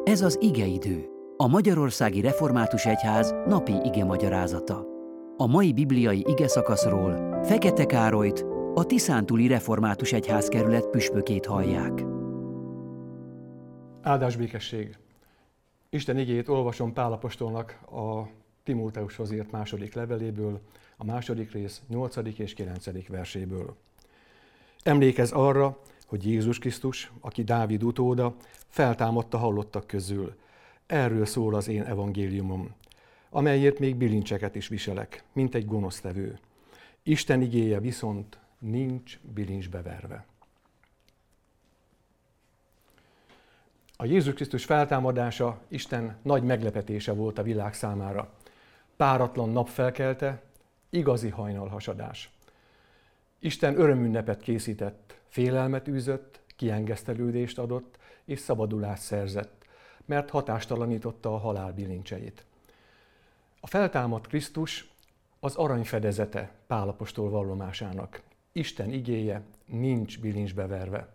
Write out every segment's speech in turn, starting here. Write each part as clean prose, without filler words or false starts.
Ez az igeidő, a Magyarországi Református Egyház napi igemagyarázata. A mai bibliai igeszakaszról Fekete Károlyt, a Tiszántúli Református Egyházkerület püspökét hallják. Áldás békesség! Isten igéjét olvasom Pál apostolnak a Timóteushoz írt második leveléből, a második rész 8. és 9. verséből. Emlékezz arra, hogy Jézus Krisztus, aki Dávid utóda, feltámadta halottak közül. Erről szól az én evangéliumom, amelyért még bilincseket is viselek, mint egy gonosztevő. Isten igéje viszont nincs bilincsbe verve. A Jézus Krisztus feltámadása Isten nagy meglepetése volt a világ számára. Páratlan napfelkelte, igazi hajnalhasadás. Isten örömünnepet készített, félelmet űzött, kiengesztelődést adott és szabadulást szerzett, mert hatástalanította a halál bilincseit. A feltámadt Krisztus az aranyfedezete Pál apostol vallomásának. Isten igéje nincs bilincsbe verve.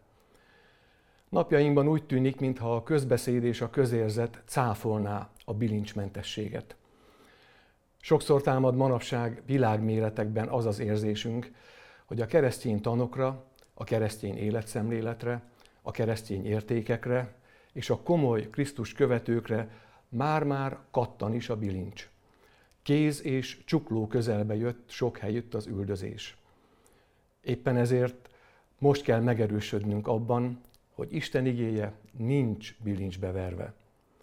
Napjainkban úgy tűnik, mintha a közbeszéd és a közérzet cáfolná a bilincsmentességet. Sokszor támad manapság világméretekben az az érzésünk, hogy a keresztény tanokra, a keresztény életszemléletre, a keresztény értékekre és a komoly Krisztus követőkre már-már kattan is a bilincs. Kéz és csukló közelbe jött sok helyütt az üldözés. Éppen ezért most kell megerősödnünk abban, hogy Isten igéje nincs bilincsbe verve.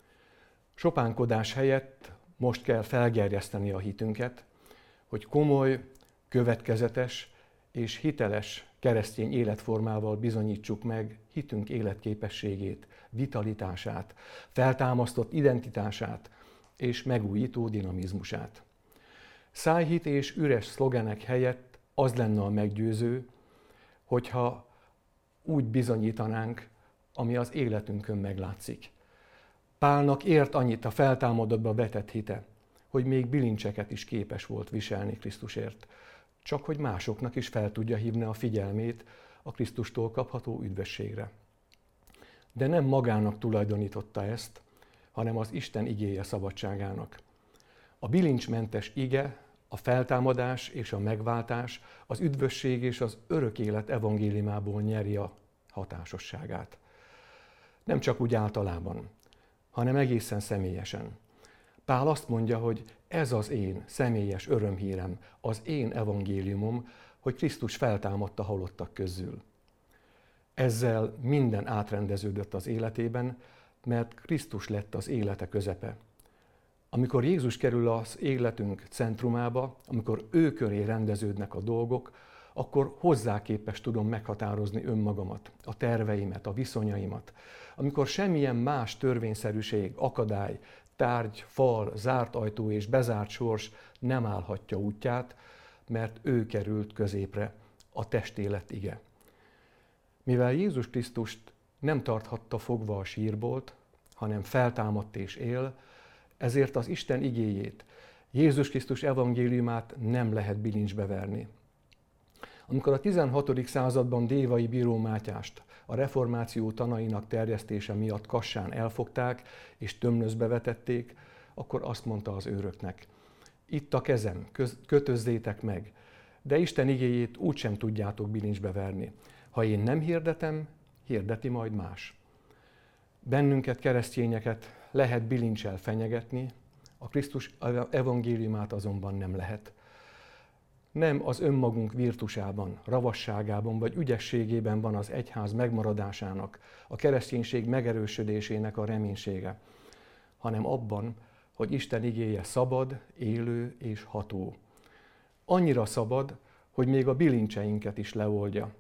Sopánkodás helyett most kell felgerjeszteni a hitünket, hogy komoly, következetes és hiteles keresztény életformával bizonyítsuk meg hitünk életképességét, vitalitását, feltámasztott identitását és megújító dinamizmusát. Szájhit és üres szlogenek helyett az lenne a meggyőző, hogyha úgy bizonyítanánk, ami az életünkön meglátszik. Pálnak ért annyit a feltámadottba vetett hite, hogy még bilincseket is képes volt viselni Krisztusért, csak hogy másoknak is fel tudja hívni a figyelmét a Krisztustól kapható üdvösségre. De nem magának tulajdonította ezt, hanem az Isten igéje szabadságának. A bilincsmentes ige, a feltámadás és a megváltás, az üdvösség és az örök élet evangéliumából nyeri a hatásosságát. Nem csak úgy általában, hanem egészen személyesen. Pál azt mondja, hogy ez az én személyes örömhírem, az én evangéliumom, hogy Krisztus feltámadta halottak közül. Ezzel minden átrendeződött az életében, mert Krisztus lett az élete közepe. Amikor Jézus kerül az életünk centrumába, amikor ő köré rendeződnek a dolgok, akkor hozzá képes tudom meghatározni önmagamat, a terveimet, a viszonyaimat. Amikor semmilyen más törvényszerűség, akadály, tárgy, fal, zárt ajtó és bezárt sors nem állhatja útját, mert ő került középre, a testélet ige. Mivel Jézus Krisztust nem tarthatta fogva a sírbolt, hanem feltámadt és él, ezért az Isten igéjét, Jézus Krisztus evangéliumát nem lehet bilincsbe verni. Amikor a 16. században Dévai Bíró Mátyást a reformáció tanainak terjesztése miatt Kassán elfogták és tömlözbe vetették, akkor azt mondta az őröknek: itt a kezem, kötözzétek meg, de Isten igéjét úgysem tudjátok bilincsbe verni. Ha én nem hirdetem, hirdeti majd más. Bennünket, keresztényeket lehet bilincsel fenyegetni, a Krisztus evangéliumát azonban nem lehet. Nem az önmagunk virtusában, ravasságában vagy ügyességében van az egyház megmaradásának, a kereszténység megerősödésének a reménysége, hanem abban, hogy Isten igéje szabad, élő és ható. Annyira szabad, hogy még a bilincseinket is leoldja.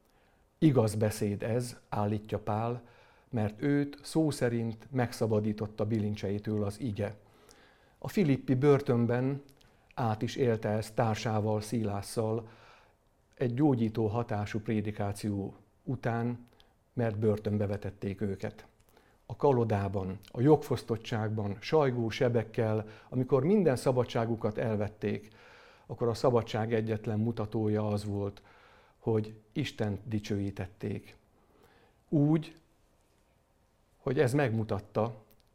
Igaz beszéd ez, állítja Pál, mert őt szó szerint megszabadította bilincseitől az ige. A filippi börtönben át is élte ezt társával, Szilásszal egy gyógyító hatású prédikáció után, mert börtönbe vetették őket. A kalodában, a jogfosztottságban, sajgó sebekkel, amikor minden szabadságukat elvették, akkor a szabadság egyetlen mutatója az volt, hogy Istent dicsőítették. Úgy, hogy ez megmutatta,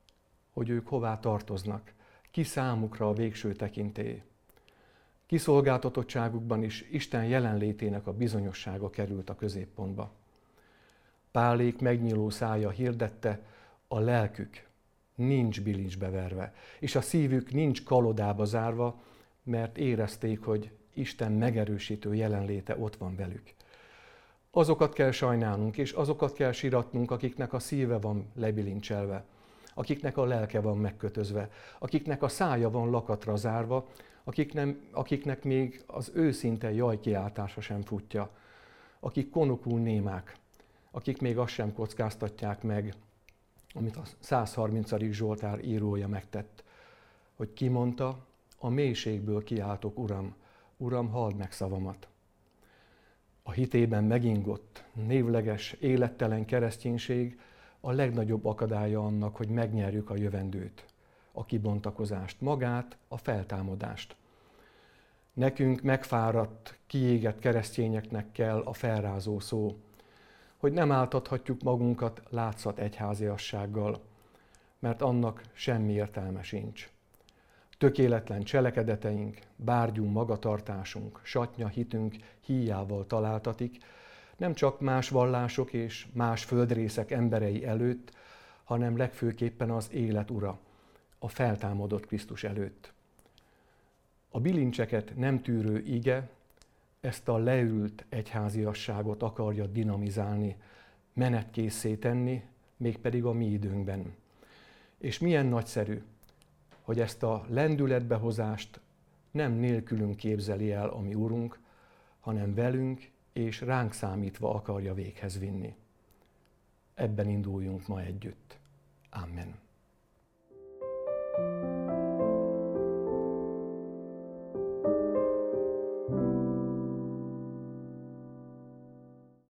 hogy ők hová tartoznak, ki számukra a végső tekintély. Kiszolgáltatottságukban is Isten jelenlétének a bizonyossága került a középpontba. Pálék megnyíló szája hirdette, a lelkük nincs bilincsbe verve, és a szívük nincs kalodába zárva, mert érezték, hogy Isten megerősítő jelenléte ott van velük. Azokat kell sajnálnunk, és azokat kell siratnunk, akiknek a szíve van lebilincselve, akiknek a lelke van megkötözve, akiknek a szája van lakatra zárva, akiknek még az őszinte jajkiáltása sem futja, akik konokul némák, akik még azt sem kockáztatják meg, amit a 130. Zsoltár írója megtett, hogy kimondta, a mélységből kiáltok, Uram, Uram, halld meg szavamat. A hitében megingott, névleges, élettelen kereszténység a legnagyobb akadálya annak, hogy megnyerjük a jövendőt, a kibontakozást, magát, a feltámadást. Nekünk megfáradt, kiégett keresztényeknek kell a felrázó szó, hogy nem áltathatjuk magunkat látszat egyháziassággal, mert annak semmi értelme sincs. Tökéletlen cselekedeteink, bárgyú magatartásunk, satnya hitünk híjával találtatik, nem csak más vallások és más földrészek emberei előtt, hanem legfőképpen az élet ura, a feltámadott Krisztus előtt. A bilincseket nem tűrő ige ezt a leült egyháziasságot akarja dinamizálni, menetkészé tenni, mégpedig a mi időnkben. És milyen nagyszerű, hogy ezt a lendületbehozást nem nélkülünk képzeli el a mi Urunk, hanem velünk és ránk számítva akarja véghez vinni. Ebben induljunk ma együtt.